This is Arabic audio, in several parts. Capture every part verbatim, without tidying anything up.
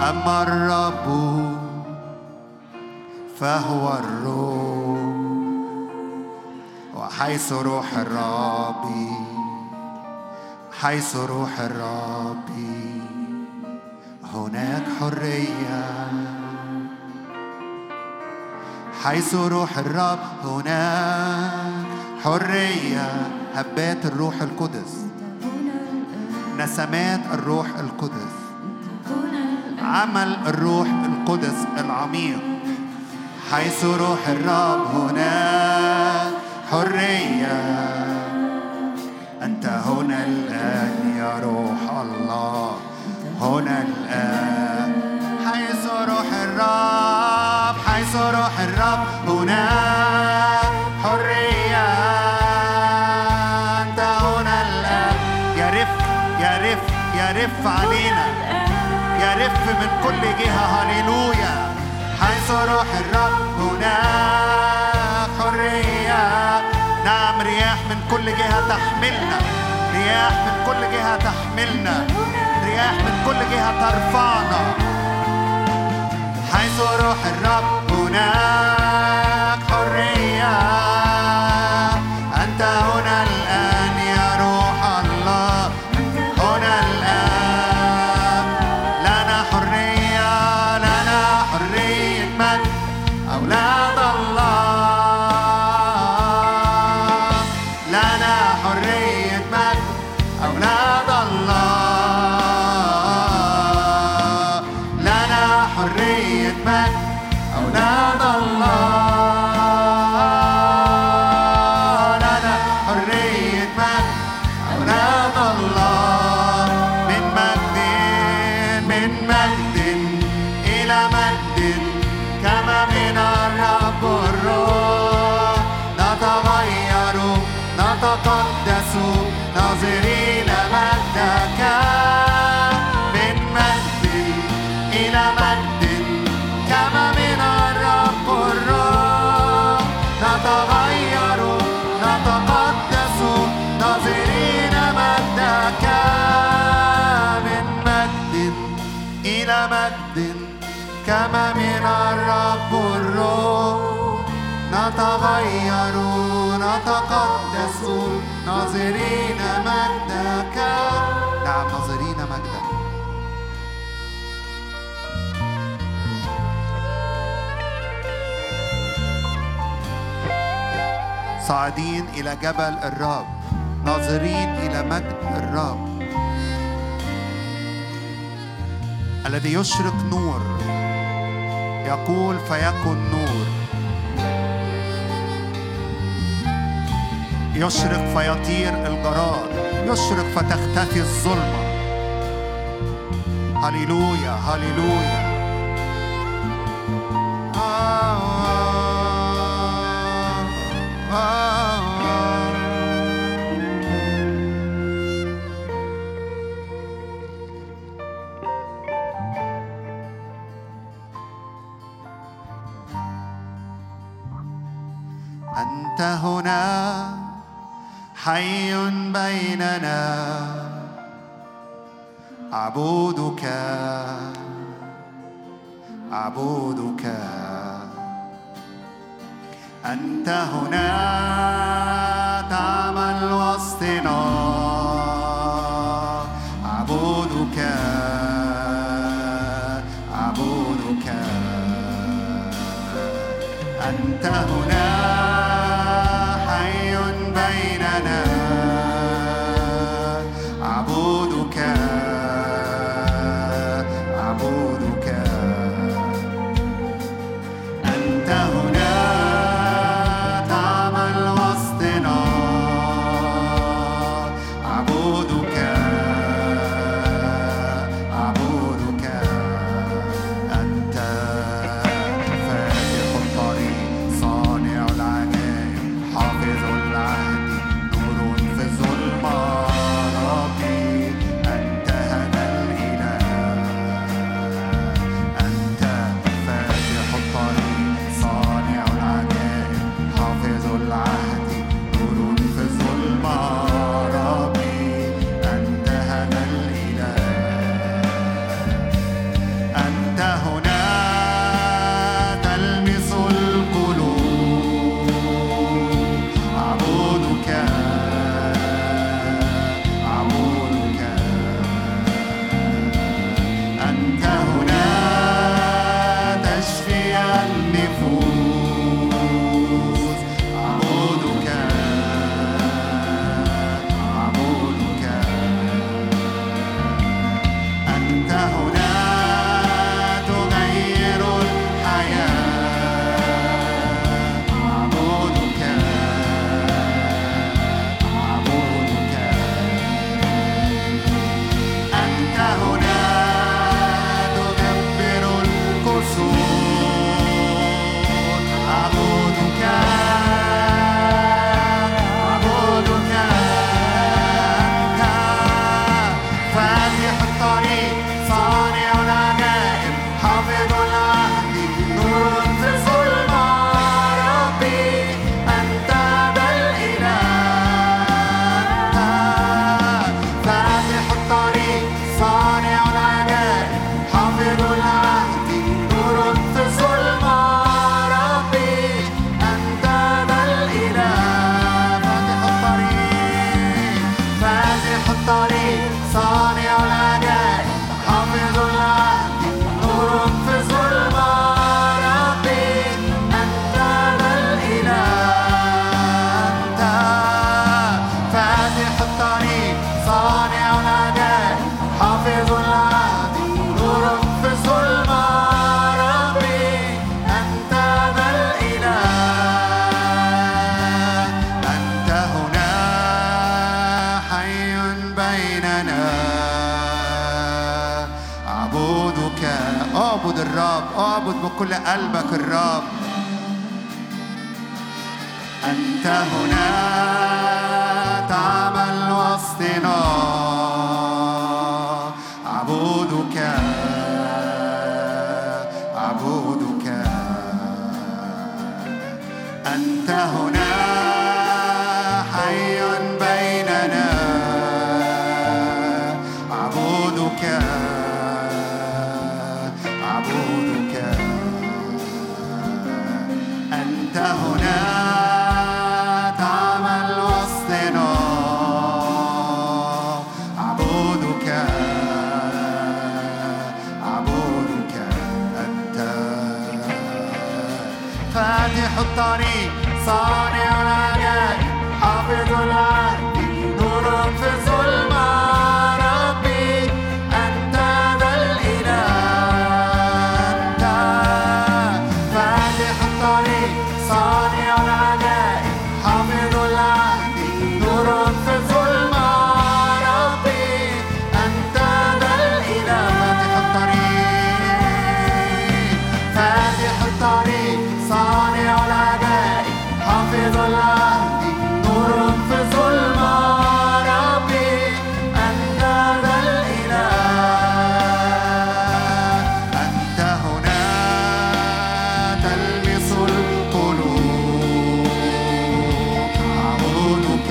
أما الرب فهو الروح، وحيث روح الرب حيث روح الرب هناك حرية. حيث روح الرب هناك حرية. هبات الروح القدس، نسمات الروح القدس، عمل الروح القدس العميق. حيث روح الرب هناك حرية. أنت هنا الآن يا روح الله، هنا الآن. حيث روح الرب حيث روح الرب هناك حرية. أنت هنا الآن. يرف يرف يرف علينا، يرف من كل جهة. هاليلويا. حيث روح الرب هناك حرية. نعم، رياح من كل جهة تحملنا، رياح من كل جهة تحملنا، رياح من كل جهة ترفعنا. حيث روح الرب هناك حرية. أنت هنا الآن يا روح الله، هنا الآن. لنا حرية، لنا حرية مجد أولاد الله. لنا حرية مجد أولاد الله. لنا حرية مجد أولاد الله. لنا حرية مجد أولاد الله. من مجد من مجد إلى مجد، كما من الرب الروح. نتغير نتقدس ناظرين مجدك. من مجد إلى مجد، كما من الرب الروح. نتغير نتقدس ناظرين مجدك. من مجد إلى مجد، كما من الرب الروح. نتغير نتقدس ناظرين مجدك. نعم، ناظرين مجدك. صاعدين إلى جبل الرب، ناظرين إلى مجد الرب الذي يشرق نور. يقول فيكن نور. يشرق فيطير الجراد، يشرق فتختفي الظلمة. هاليلويا هاليلويا. آه آه آه. أنت هنا حي بيننا، أعبدك أعبدك. أنت هنا تعمل وسطنا، أعبدك أعبدك. أنت هنا حي بيننا، أعبدك أعبدك. أنت هنا تعمل وسطنا، أعبدك أعبدك. أنت فاتح الطريق، صانع اعبد الرب، اعبد بكل قلبك الرب. أنت هنا تعمل وسطنا، أعبدك أعبدك. أنت هنا حي بيننا، أعبدك أعبدك. أنت هنا الطريق، صانع العجائب، حافظ العهد، نور في الظلمة. ربي أنت ذا الإله، أنت فاتح الطريق، صانع العجائب، حافظ العهد، نور في الظلمة. ربي أنت ذا الإله، فاتح الطريق، فاتح الطريق، صانع العجائب، حافظ العهد، نور في الظلمة. ربي أنت ذا الإله. أنت هنا تلمس القلوب، أعبدك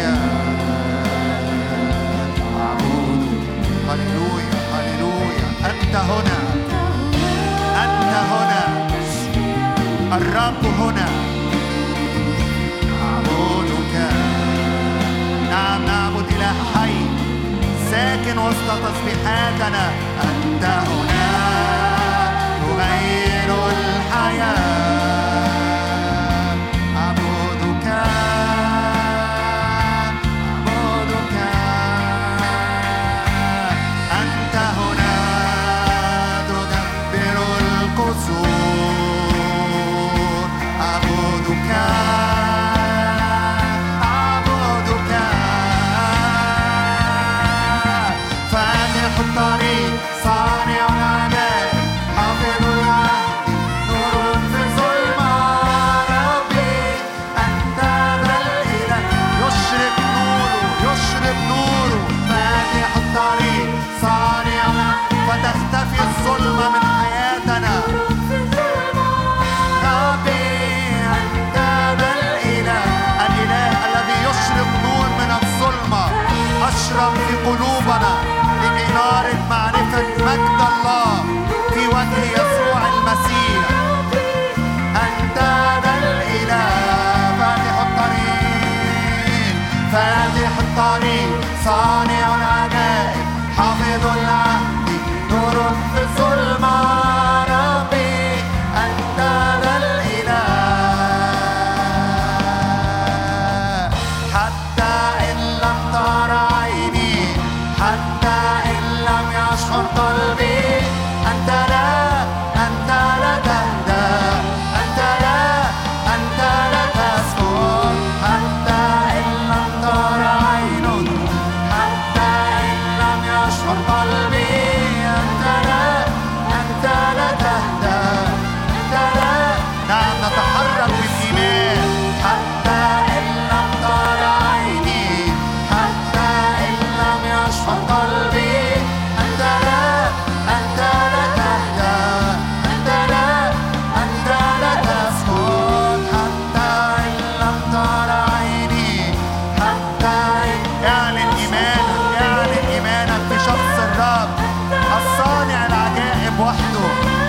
أعبدك. هللويا هللويا. أنت هنا، أنت هنا، الرب هنا، أعبدك. نعم نعبد إله حي ساكن وسط تسبيحاتنا. أنت هنا تغير الحياة، أعبدك أعبدك. أنت هنا تدبر القصور، أعبدك أعبدك. فاتح الطريق، صانع العجائب، حافظ العهد، نور في الظلمة. ربي أنت ذا الإله، يشرق نوره يشرق نوره. فاتح الطريق، صانع العهد، فتختفي الظلمة من حياتنا. ربي أنت ذا الإله، الإله الذي يشرق نور من الظلمة، أشرق في قلوبنا لإنارة معرفة مجد الله في وجه يسوع المسيح. أنت ذا الإله، فاتح الطريق، فاتح الطريق، صانع العجائب، حافظ العهد، نور في الظلمة. ربي أنت ذا الإله. حتى إن لم تر عيني، حتى إن لم يشعر قلبي، أنت لا أنت لا تهدى، أنت لا أنت لا تسكن. حتى إن لم تر عين، حتى إن لم يشعر قلبي، أنت لا أنت لا تهدى، أنت لا. نعم نتحرك بالإيمان. حتى إن لم تر عيني، حتى إن لم يشعر قلبي، أنت لا أنت لا تهدى، أنت لا أنت لا تسكن. حتى إن لم تر عيني، حتى اعلن إيمانك، اعلن إيمانك في شخص الرب الصانع العجائب وحده.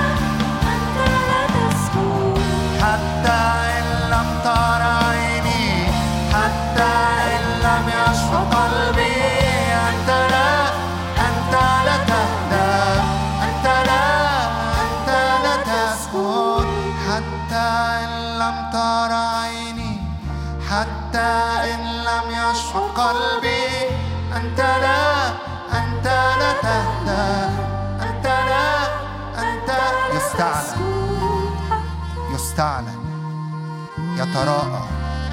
حتى إن لم تر عيني، حتى إن لم يشعر قلبي، أنت لا أنت لا تهدى، أنت لا أنت لا تسكن. حتى إن لم تر عيني، حتى إن لم يشعر قلبي، أنت لا أنت لا تهدى، أنت لا أنت. يستعلن يستعلن، يتراءى،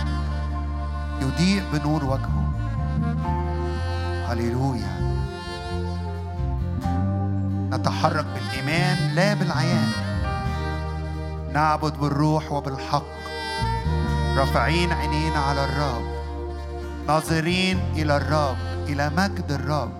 يضيء بنور وجهه. هللويا. نتحرك بالإيمان لا بالعيان، نعبد بالروح وبالحق، رافعين عينينا على الرب، ناظرين إلى الرب، إلى مجد الرب.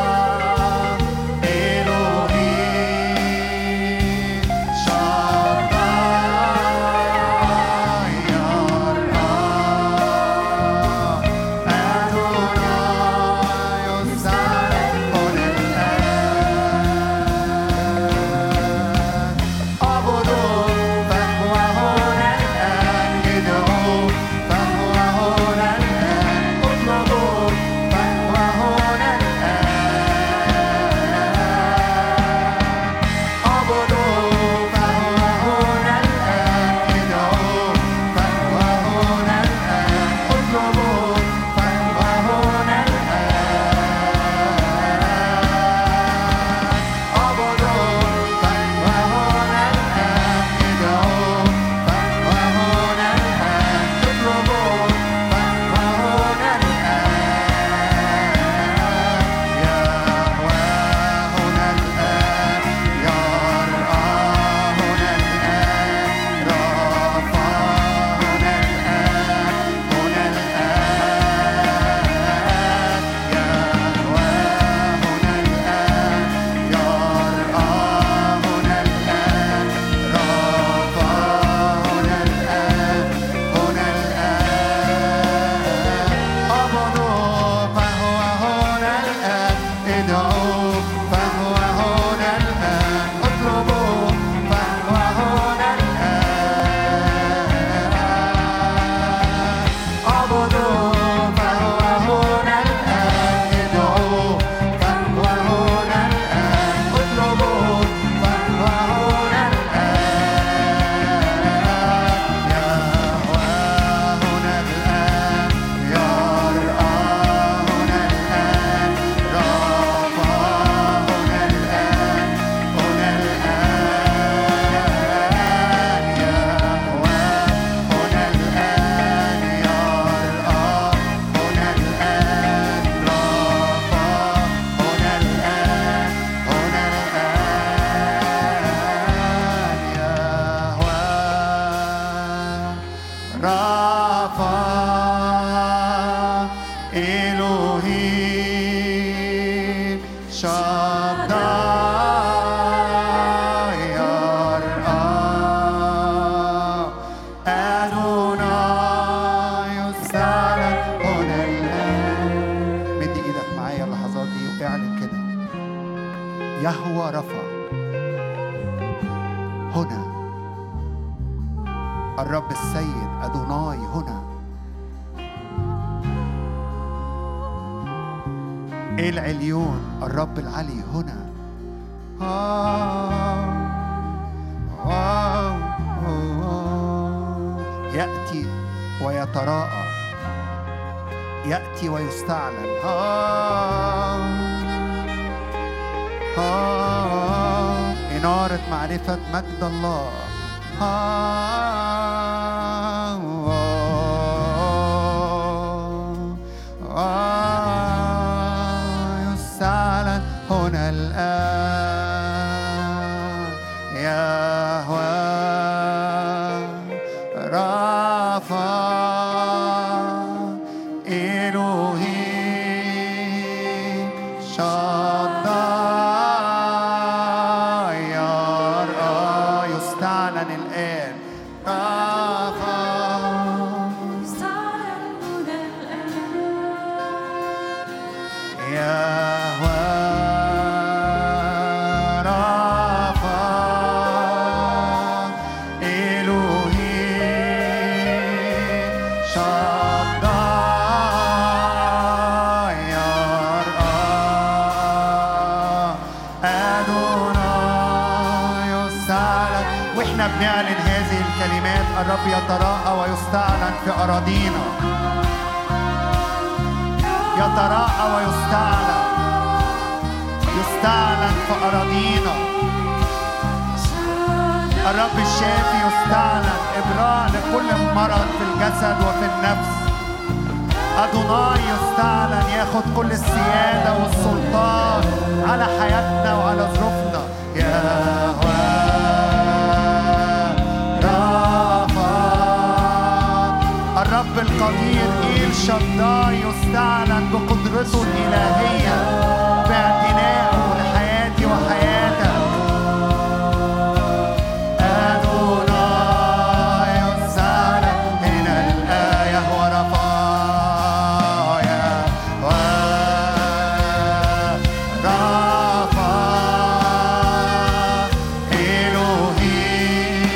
Shall الرب السيد أدوناي هنا. العليون الرب العلي هنا. يأتي ويتراءى، يأتي ويستعلن. إنارة معرفة مجد الله. يستعلن هنا الآن. يهوه رافع إلهي شداي يرى. يستعلن الآن. رافع يستعلن هنا الآن. يهوه نعلن هذه الكلمات. الرب يتراءى ويستعلن في أراضينا. يتراءى ويستعلن، يستعلن في أراضينا. الرب الشافي يستعلن، إبراء لكل مرض في الجسد وفي النفس. أدوناي يستعلن، ياخد كل السيادة والسلطان على حياتنا وعلى ظروفنا. يهوه الرب القدير إيل شداي يستعلن بقدرته الإلهية باعتنائه لحياتي وحياتك. أدوناي يستعلن هنا الآية ورفايا ورفا إلهي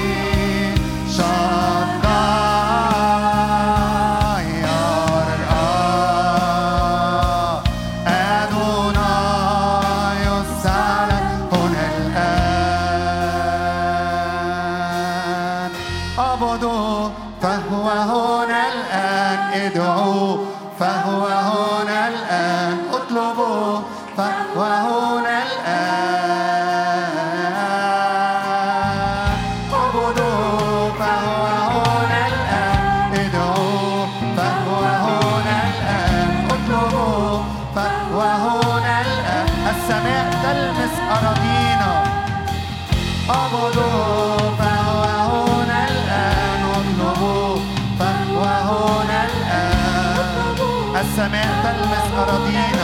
فهو هنا الآن. اطلبوا فهو هنا الآن. اعبدوا فهو هنا الآن. ادعوا فهو هنا الآن. اطلبوا فهو هنا الآن. السماء تلمس أراضينا. اعبدوا فهو هنا الآن. اطلبوا فهو هنا الآن. السماء تلمس أراضينا.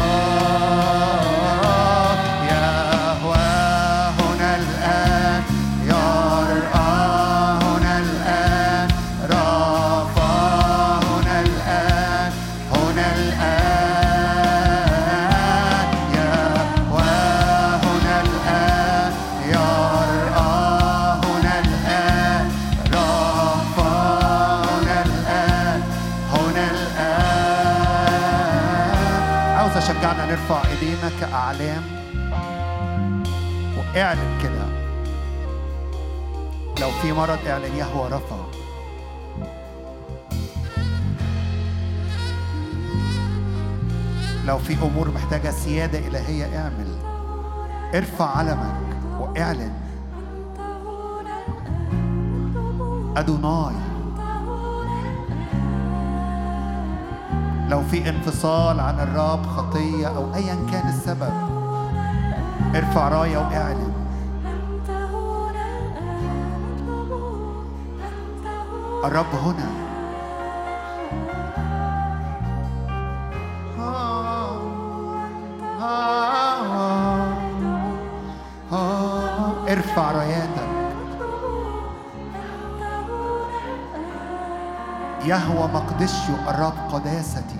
آه يهوه هنا الآن. يرأى هنا الآن. رافع هنا الآن. هنا الآن. يهوه هنا الآن. يرأى هنا الآن. رافع هنا الآن. هنا الآن. شجعنا نرفع ايدينا كأعلام واعلن كده. لو في مرض اعلن يهوه رفع. لو في امور محتاجة سيادة الهية اعمل. ارفع علمك واعلن أدوناي. لو في انفصال عن الرب، خطية أو أيا كان السبب، ارفع راية واعلن. الرب هنا. ارفع راياتك. يهوه مقدسي الرب قداستي.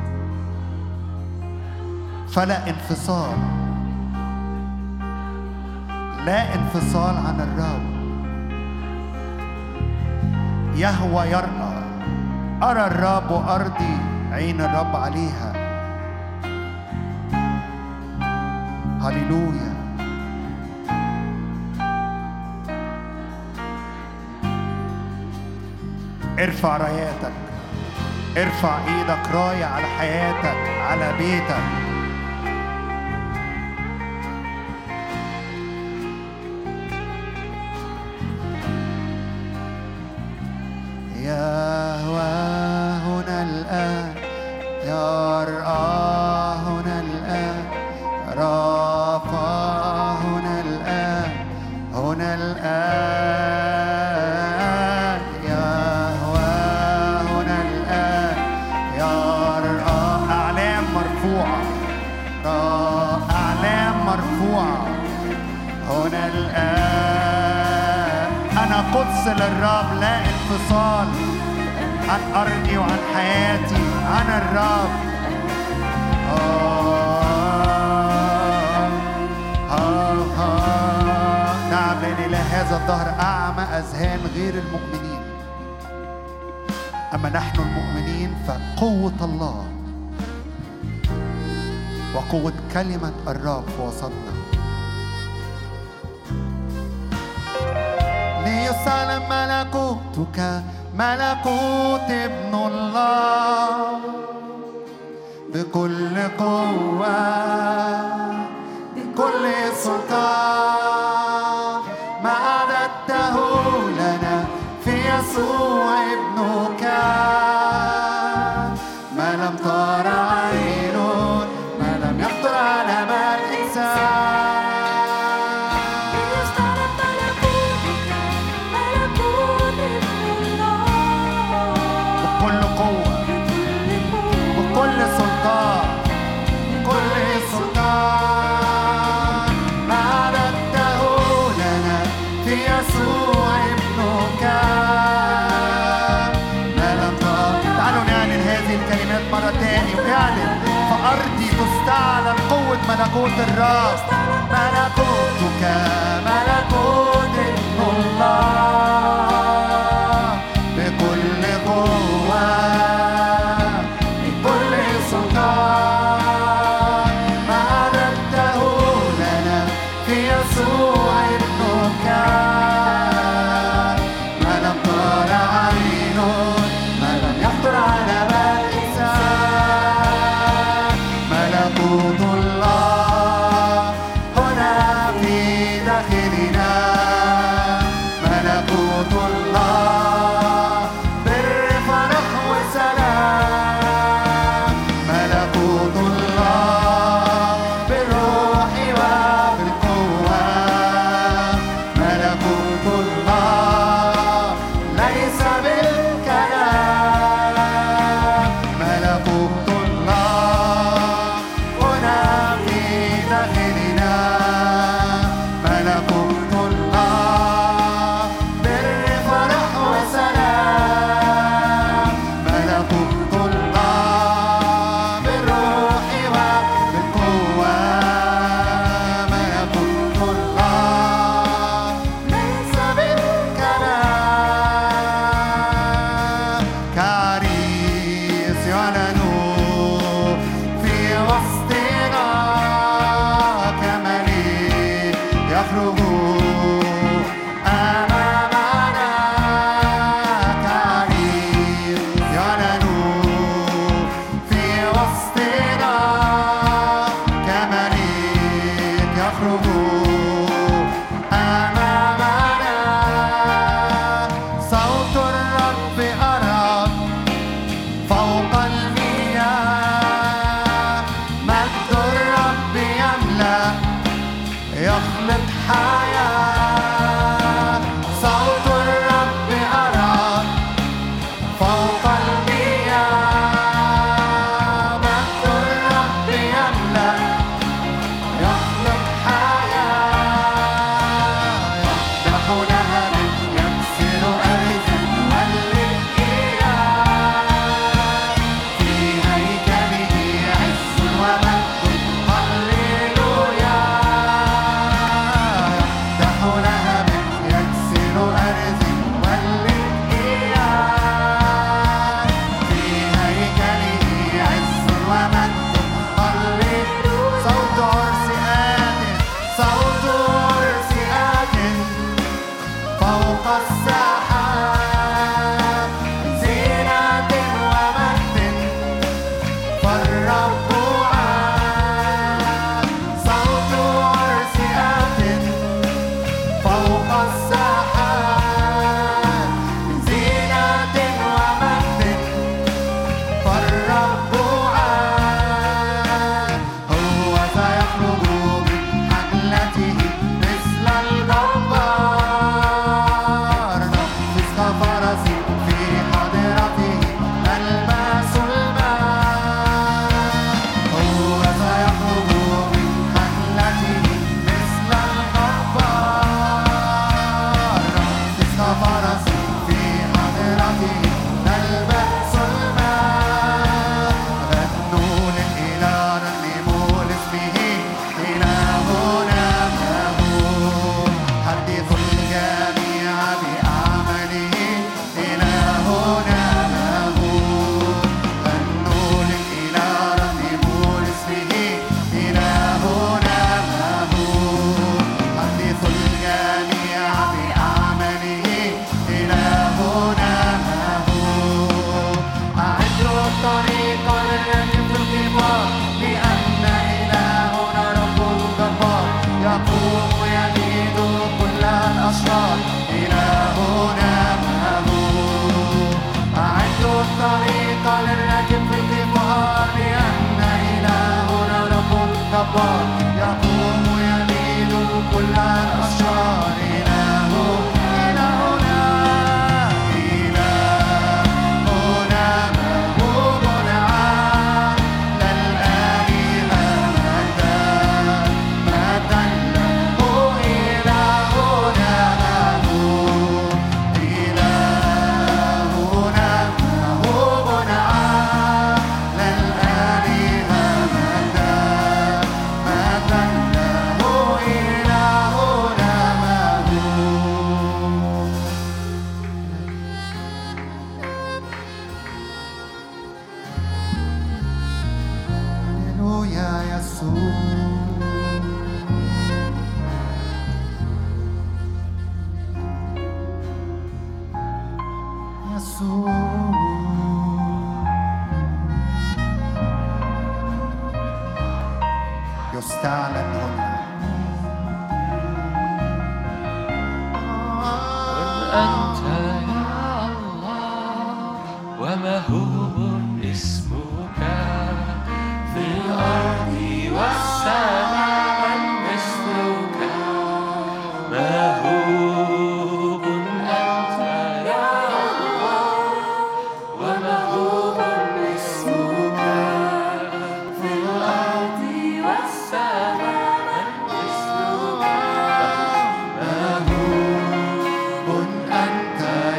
فلا انفصال، لا انفصال عن الرب. يهوى يرأى. أرى الرب وأرضي عين الرب عليها. هللويا. ارفع راياتك، ارفع ايدك راية على حياتك، على بيتك. يهوى هنا الآن، يرأى هنا الآن، رافع هنا الآن، هنا الآن. يهوى هنا الآن، يرأى. أعلام مرفوعة، أعلام مرفوعة هنا الآن. أنا قدس للرب، لا انفصال عن أرضي وعن حياتي. أنا الرب. نعم، لأن إلى هذا الدهر أعمى أذهان غير المؤمنين، أما نحن المؤمنين فقوة الله وقوة كلمة الرب في وسطنا. ليستعلن ملكوتك، ملكوت ابن الله بكل قوة، بكل سلطان، ما أعددته لنا في يسوع ابنك، ما لم تر عين، ما لم يخطر على بال إنسان. بكل قوة، بكل سلطان، بكل سلطان، ما أعددته لنا في يسوع ابنك، ما لم تر. تعالوا نعلن هذه الكلمات مرة تاني وإعلن. فأرضي تستعلن قوة ملكوت الرب. ملكوتك، ملكوت ابن الله بكل قوة، بكل سلطان، ما أعددته لنا في يسوع ابنك، ما لم تر عين، ما لم يخطر على بال إنسان. ملكوت الله هنا في داخلنا، ملكوت فوق السحاب زينة ومجد فالرب عال صوت عرس آت فوق السحاب زينة ومجد فالرب عال هو سيخرج من حملته مثل الجبار نفس كفرس في حضرته نلبس الماء هو سيخرج من حملته مثل الجبار نفس كفرس في حضرته نلبس الماء غنوا للإله رنموا لاسمه إلهنا له حدثوا الجميع بأعماله إلهنا له غنوا للإله رنموا لاسمه إلهنا له حدثوا الجميع بأعماله إلهنا له أعدوا الطريق للرجل في الكبار لأن إلهنا رب جبار يقوم يميد كل الأشرار إلهنا له أعدوا الطريق للرجل في الكبار لأن إلهنا رب جبار يقوم يميد كل الأشرار إله إلهنا إلهنا محبوب عال للآلهة مجدا مجدا له إلهنا له إلهنا محبوب عال للآلهة مجدا مجدا له إلهنا محبوب هللويا يسوع يسوع يستعلن هنا أنت يا الله ومهوب اسمك في الأرض والسماء من مثلك مهوب أنت يا الله ومهوب اسمك في الأرض والسماء من مثلك مهوب أنت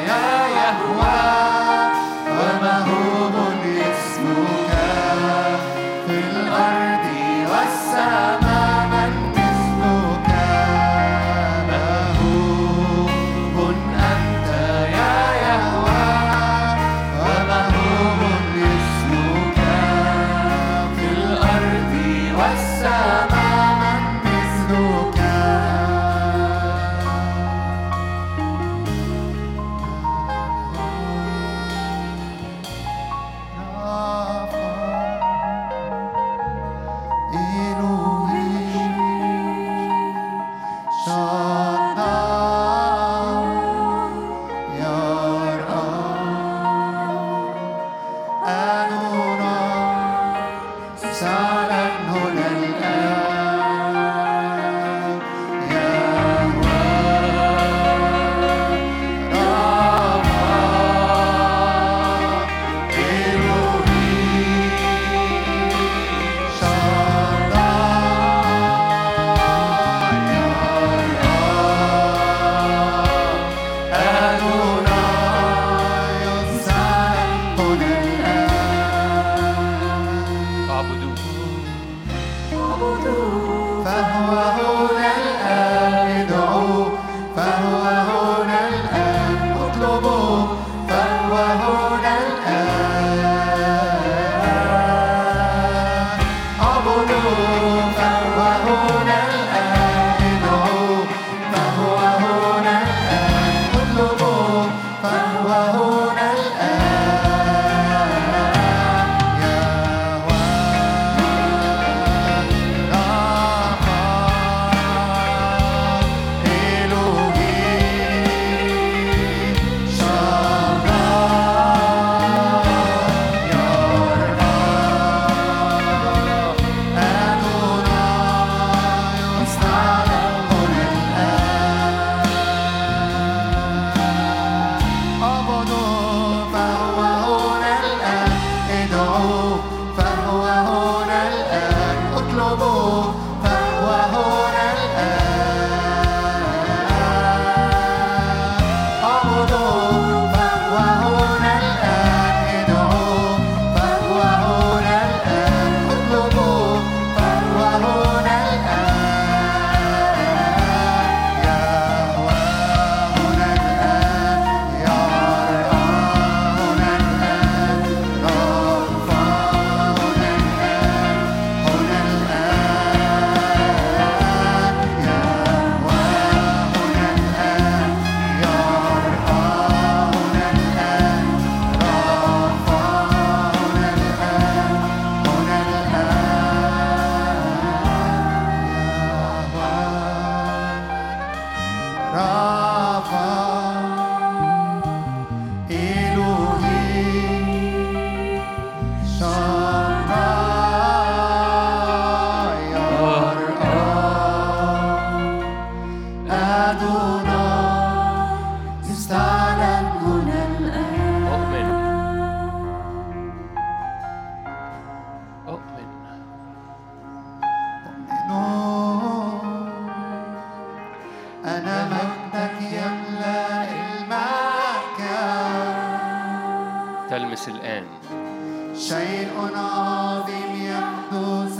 تلمس الآن. شيء عظيم يحدث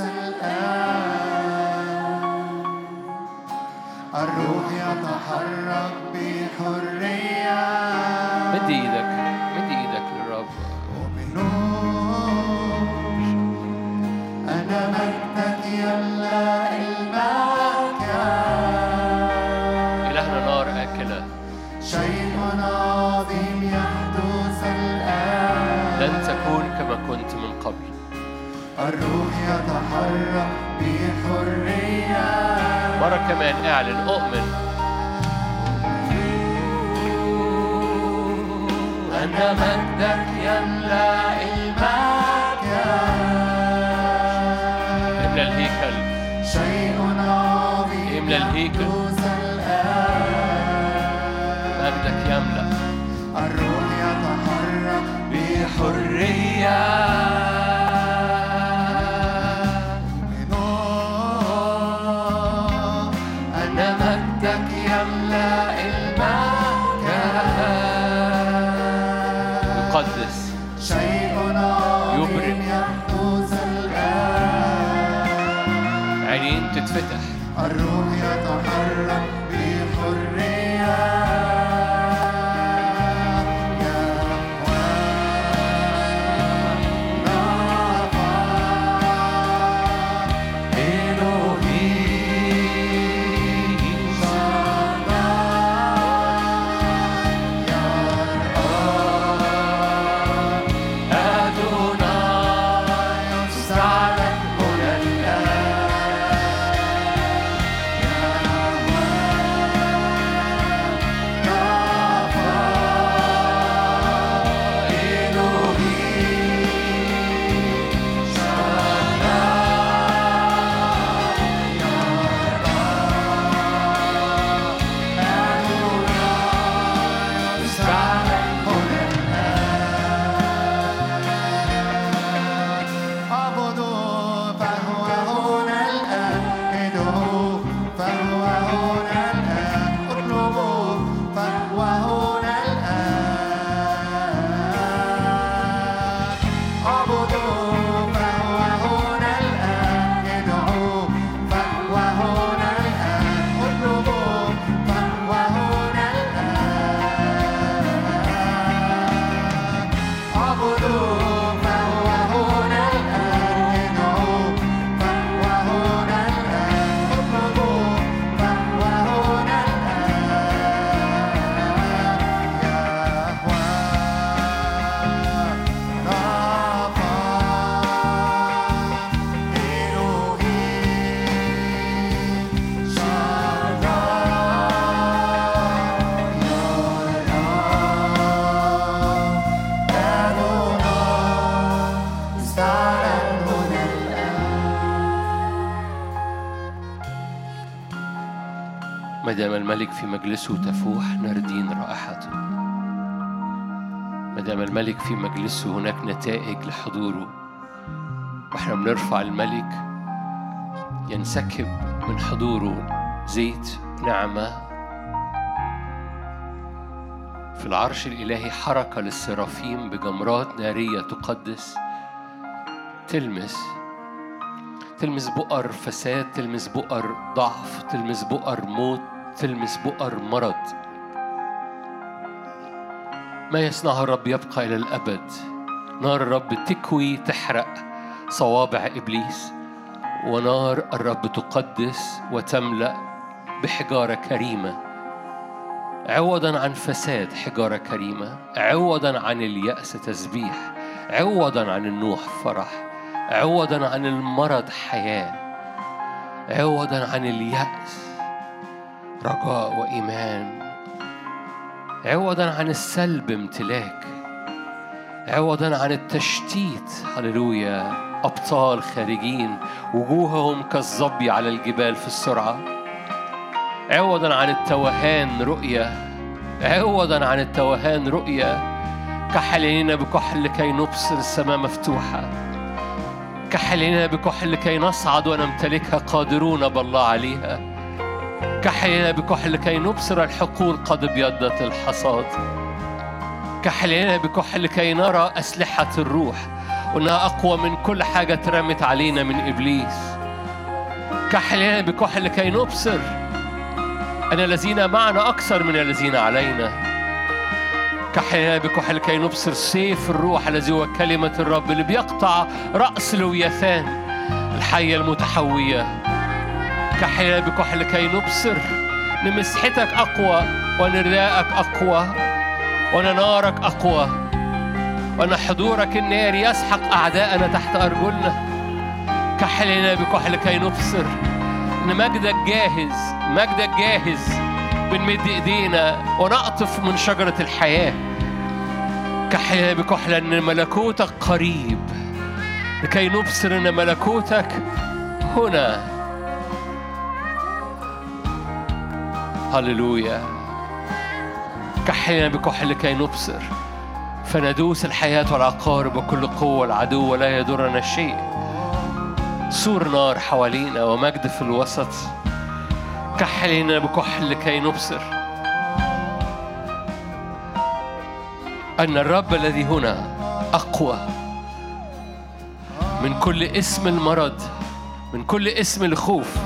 الآن، الروح يتحرك بحرية. مد ايدك، مد ايدك للرب. أنا مجدك يملأ المكان. إلهنا نار آكلة. شيء عظيم يحدث الآن، لن تكون كما كنت من قبل. الروح يتحرك بحرية. مرة كمان اعلن، أؤمن. أن مجدك يملأ المكان. املأ الهيكل. شيء عظيم املأ الهيكل. يحدث الآن، مجدك يملأ. الروح يتحرك بحرية. أن مجدك يملأ المكان. يقدس. شيء عظيم يحدث الآن، عينين تتفتح. الروح يتحرك بحرية. ما دام الملك في مجلسه تفوح ناردين رائحته. ما دام الملك في مجلسه هناك نتائج لحضوره. واحنا بنرفع الملك ينسكب من حضوره زيت نعمة. في العرش الإلهي حركة للسرافيم بجمرات نارية تقدس، تلمس تلمس بؤر فساد، تلمس بؤر ضعف، تلمس بؤر موت، تلمس بؤر مرض. ما يصنعه الرب يبقى إلى الأبد. نار الرب تكوي تحرق صوابع إبليس، ونار الرب تقدس وتملأ بحجارة كريمة، عوضاً عن فساد حجارة كريمة، عوضاً عن اليأس تسبيح، عوضاً عن النوح فرح، عوضاً عن المرض حياة، عوضاً عن اليأس رجاء وإيمان، عوضاً عن السلب امتلاك، عوضاً عن التشتيت. هللويا. أبطال خارجين وجوههم كالظبي على الجبال في السرعة، عوضاً عن التوهان رؤية، عوضاً عن التوهان رؤية. كحلنا بكحل لكي نبصر السماء مفتوحة، كحلنا بكحل لكي نصعد ونمتلكها قادرون بالله عليها، كحلنا بكحل لكي نبصر الحقول قد ابيضت الحصاد، كحلنا بكحل لكي نرى أسلحة الروح وإنها أقوى من كل حاجة اترمت علينا من إبليس. كحلنا بكحل لكي نبصر أن الذين معنا أكثر من الذين علينا. كحلنا بكحل لكي نبصر سيف الروح الذي هو كلمة الرب اللي بيقطع رأس لويثان الحية المتحوية. كحلنا بكحل لكي نبصر إن مسحتك أقوى وإن رداءك أقوى وإن نارك أقوى وإن حضورك النار يسحق أعداءنا تحت أرجلنا. كحلنا بكحل لكي نبصر إن مجدك جاهز، مجدك جاهز، بنمد إيدينا ونقطف من شجرة الحياة. كحلنا بكحل إن ملكوتك قريب لكي نبصر إن ملكوتك هنا. هللويا. كحلنا بكحل لكي نبصر فندوس الحياة والعقارب وكل قوة العدو ولا يضرنا شيء. سور نار حوالينا ومجد في الوسط. كحلنا بكحل لكي نبصر أن الرب الذي هنا أقوى من كل اسم المرض، من كل اسم الخوف،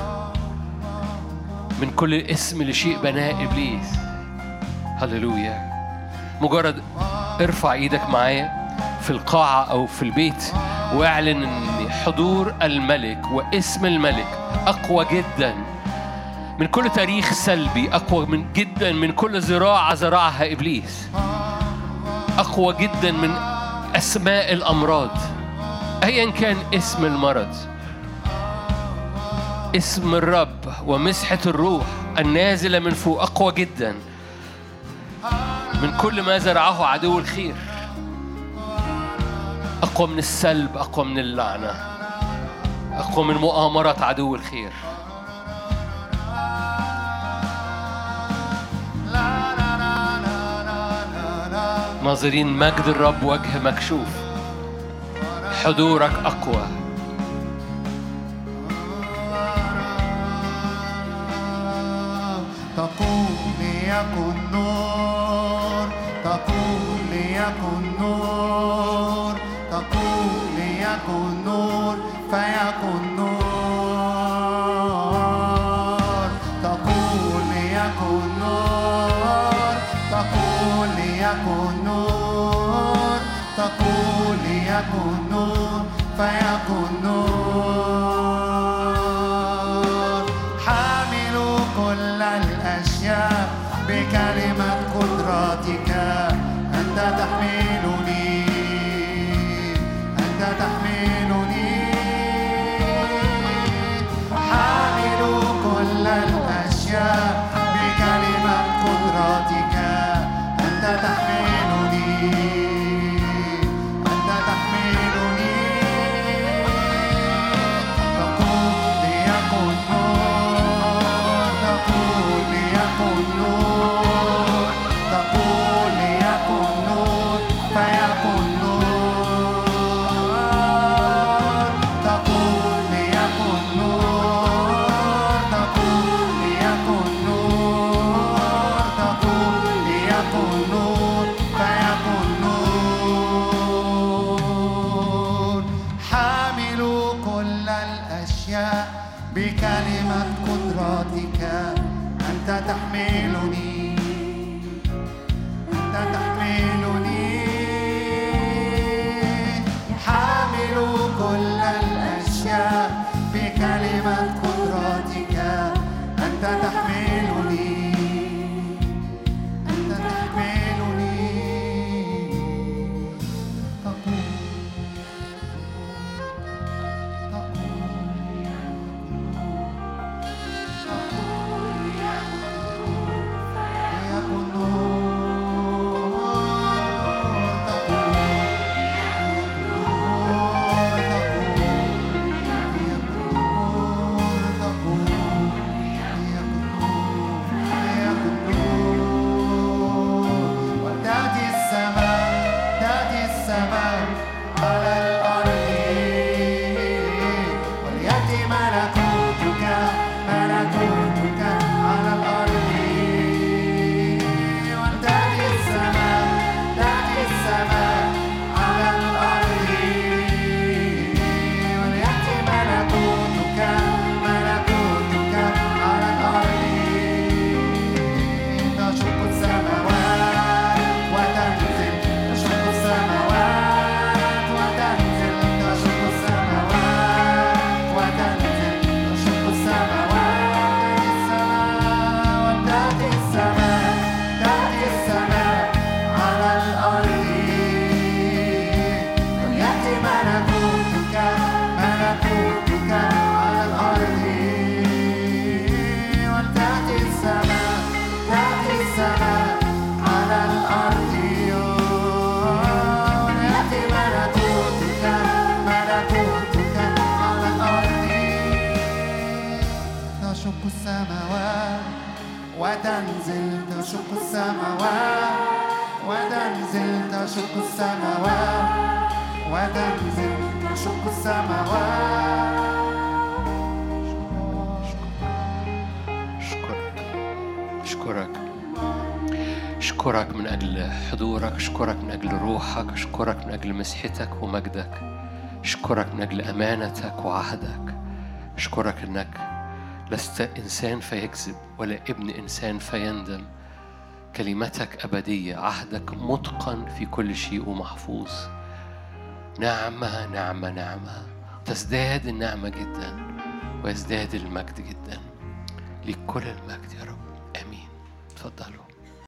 من كل اسم لشيء بناه إبليس. هللويا. مجرد ارفع ايدك معايا في القاعة أو في البيت واعلن أن حضور الملك واسم الملك أقوى جدا من كل تاريخ سلبي، أقوى من جدا من كل زراعة زرعها إبليس، أقوى جدا من أسماء الأمراض أيا كان اسم المرض. اسم الرب ومسحة الروح النازلة من فوق أقوى جدا من كل ما زرعه عدو الخير، أقوى من السلب، أقوى من اللعنة، أقوى من مؤامرة عدو الخير. ناظرين مجد الرب وجه مكشوف، حضورك أقوى. تقول ليكن نور، تقول ليكن نور، تقول ليكن نور فيكن نور، تقول ليكن نور، تقول ليكن نور، تقول ليكن نور فيكن نور. حامل كل الأشياء بكلمة قدرتك، أنت تحملني، أنت تحملني. حامل كل الأشياء بكلمة قدرتك، أنت تحملني، أنت تحملني. تقول ليكن نور، تقول ليكن نور، تقول ليكن نور فيكن نور، تقول ليكن نور، تقول ليكن نور، تقول ليكن نور فيكن نور. حامل كل الأشياء بكلمة قدرتك، أنت تحملني، أنت تحملني. حامل كل الأشياء بكلمة قدرتك، أنت تحملني، أنت تحملني. تقول تقول تقول السماوات وتنزل تشق السماوات وتنزل تشق السماوات وتنزل تشق السماوات. أشكرك أشكرك من أجل حضورك، أشكرك من أجل روحك، أشكرك من أجل مسحتك ومجدك، أشكرك من أجل أمانتك وعهدك، أشكرك أنك لست إنسان فيكذب ولا ابن إنسان فيندم. كلمتك أبدية، عهدك متقن في كل شيء ومحفوظ. نعمة نعمة نعمة، تزداد النعمة جدا ويزداد المجد جدا. لكل المجد يا رب. آمين. تفضلوا.